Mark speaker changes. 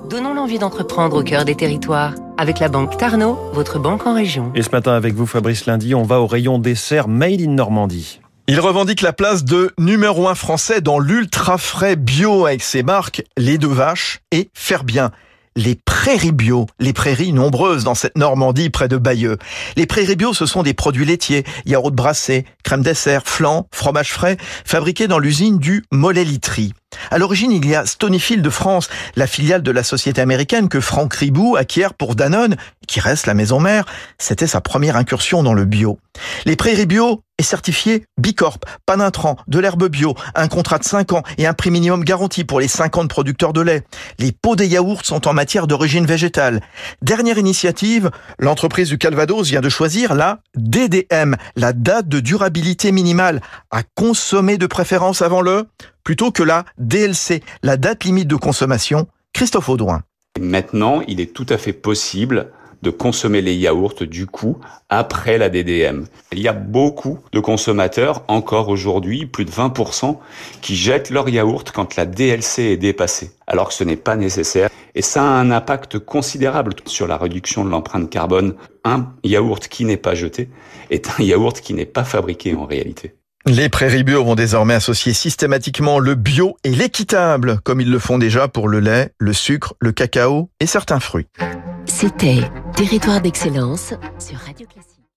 Speaker 1: Donnons l'envie d'entreprendre au cœur des territoires. Avec la banque Tarno, votre banque en région.
Speaker 2: Et ce matin avec vous Fabrice Lundy, on va au rayon dessert Made in Normandie.
Speaker 3: Il revendique la place de numéro 1 français dans l'ultra frais bio avec ses marques Les Deux Vaches et Faire Bien. Les prairies bio, les prairies nombreuses dans cette Normandie près de Bayeux. Les prairies bio, ce sont des produits laitiers, yaourts brassés, crème dessert, flan, fromage frais, fabriqués dans l'usine du Mollet-Literie. À l'origine, il y a Stonyfield de France, la filiale de la société américaine que Franck Ribou acquiert pour Danone, qui reste la maison mère. C'était sa première incursion dans le bio. Les prairies bio est certifié Bicorp, pas d'intrants, de l'herbe bio, un contrat de 5 ans et un prix minimum garanti pour les 50 producteurs de lait. Les pots des yaourts sont en matière d'origine végétale. Dernière initiative, l'entreprise du Calvados vient de choisir la DDM, la date de durabilité minimale, à consommer de préférence avant plutôt que la DLC, la date limite de consommation. Christophe Audouin.
Speaker 4: Maintenant, il est tout à fait possible de consommer les yaourts du coup après la DDM. Il y a beaucoup de consommateurs, encore aujourd'hui, plus de 20%, qui jettent leur yaourt quand la DLC est dépassée, alors que ce n'est pas nécessaire. Et ça a un impact considérable sur la réduction de l'empreinte carbone. Un yaourt qui n'est pas jeté est un yaourt qui n'est pas fabriqué en réalité.
Speaker 3: Les prairies bio vont désormais associer systématiquement le bio et l'équitable, comme ils le font déjà pour le lait, le sucre, le cacao et certains fruits.
Speaker 1: C'était Territoire d'excellence sur Radio Classique.